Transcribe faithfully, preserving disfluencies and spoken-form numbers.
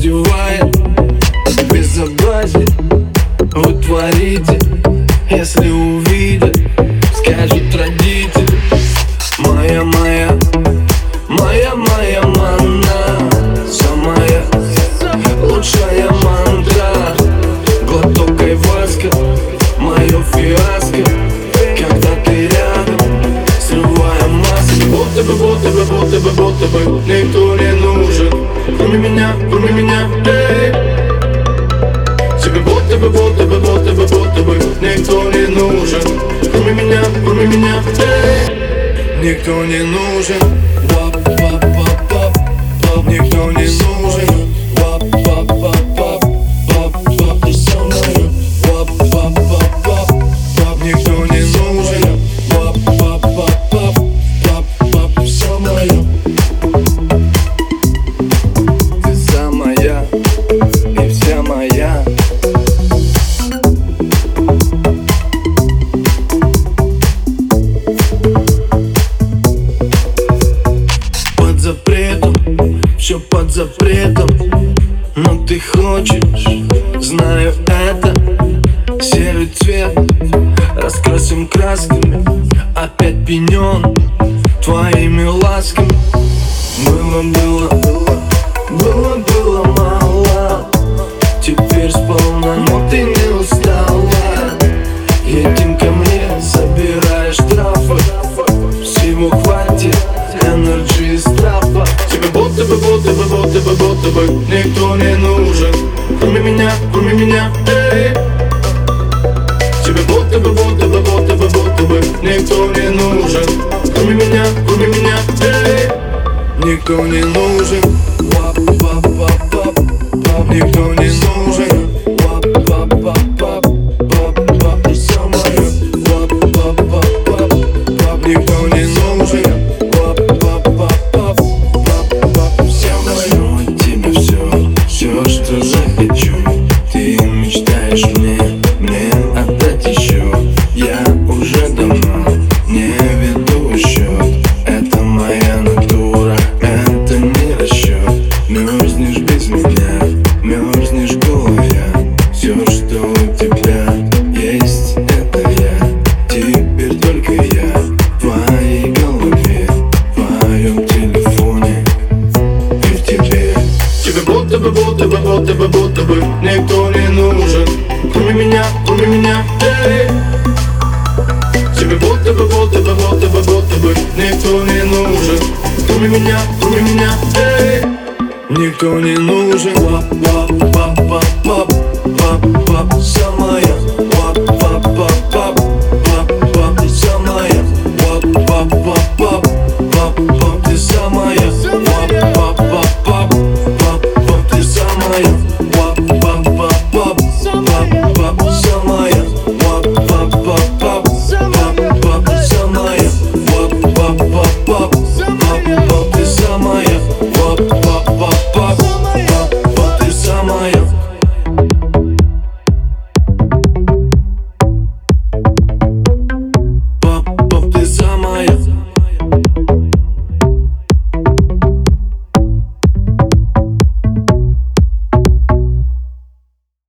задевает. Безобразие вы творите. Если увидят, скажут родители. Моя, моя, моя, моя манна, самая лучшая мантра. Глоток айваска, мое фиаско. Когда ты рядом, срывая маски. Будто бы, будто бы, будто бы, будто бы никто не нужен, кроме меня, кроме меня, эй. Тебе будто бы, будто бы, будто бы, будто бы никто не нужен, кроме меня, кроме меня, эй. Никто не нужен, вап, вап, вап, вап, вап. Никто не нужен, вап, вап, вап, вап, вап, вап. Ты со мной, вап, вап, вап, вап, вап. Никто не нужен, вап, вап, вап, вап, вап, вап. Ты со мной. Ты самая и вся моя. Запретом, все под запретом, но ты хочешь, знаю это. Серый цвет раскрасим красками, опять пенен твоими ласками. Было, было, было, было, было мало, теперь сполна, но ты не устала. Едем ко мне, собирай штрафы, всего хватит энерджи из трапа. Тебе будто бы, будто бы, будто бы, будто бы никто не нужен, кроме меня, кроме меня, эй. Тебе будто бы, будто бы, будто бы, будто бы никто не нужен, кроме меня, кроме меня, эй. Никто не нужен, вап, вап, вап, вап, вап. Никто не нужен, вап, вап, вап, вап, вап, вап. Ты самая, вап, вап, вап, вап, вап. Никто не нужен. Что захочу, ты мечтаешь мне, мне отдать еще. Я уже давно не веду счет. Это моя натура, это не расчет. Мерзнешь без меня, мерзнешь голая. Все, что у тебя есть, это я. Теперь только я в твоей голове, в твоем телефоне и в тебе. Тебе будто бы, будто бы, будто бы, будто бы никто не нужен, кроме меня, кроме меня, эй. Тебе будто бы, будто бы, будто бы, будто бы никто не нужен, кроме меня, кроме меня, эй. Никто не нужен, вап, вап, вап.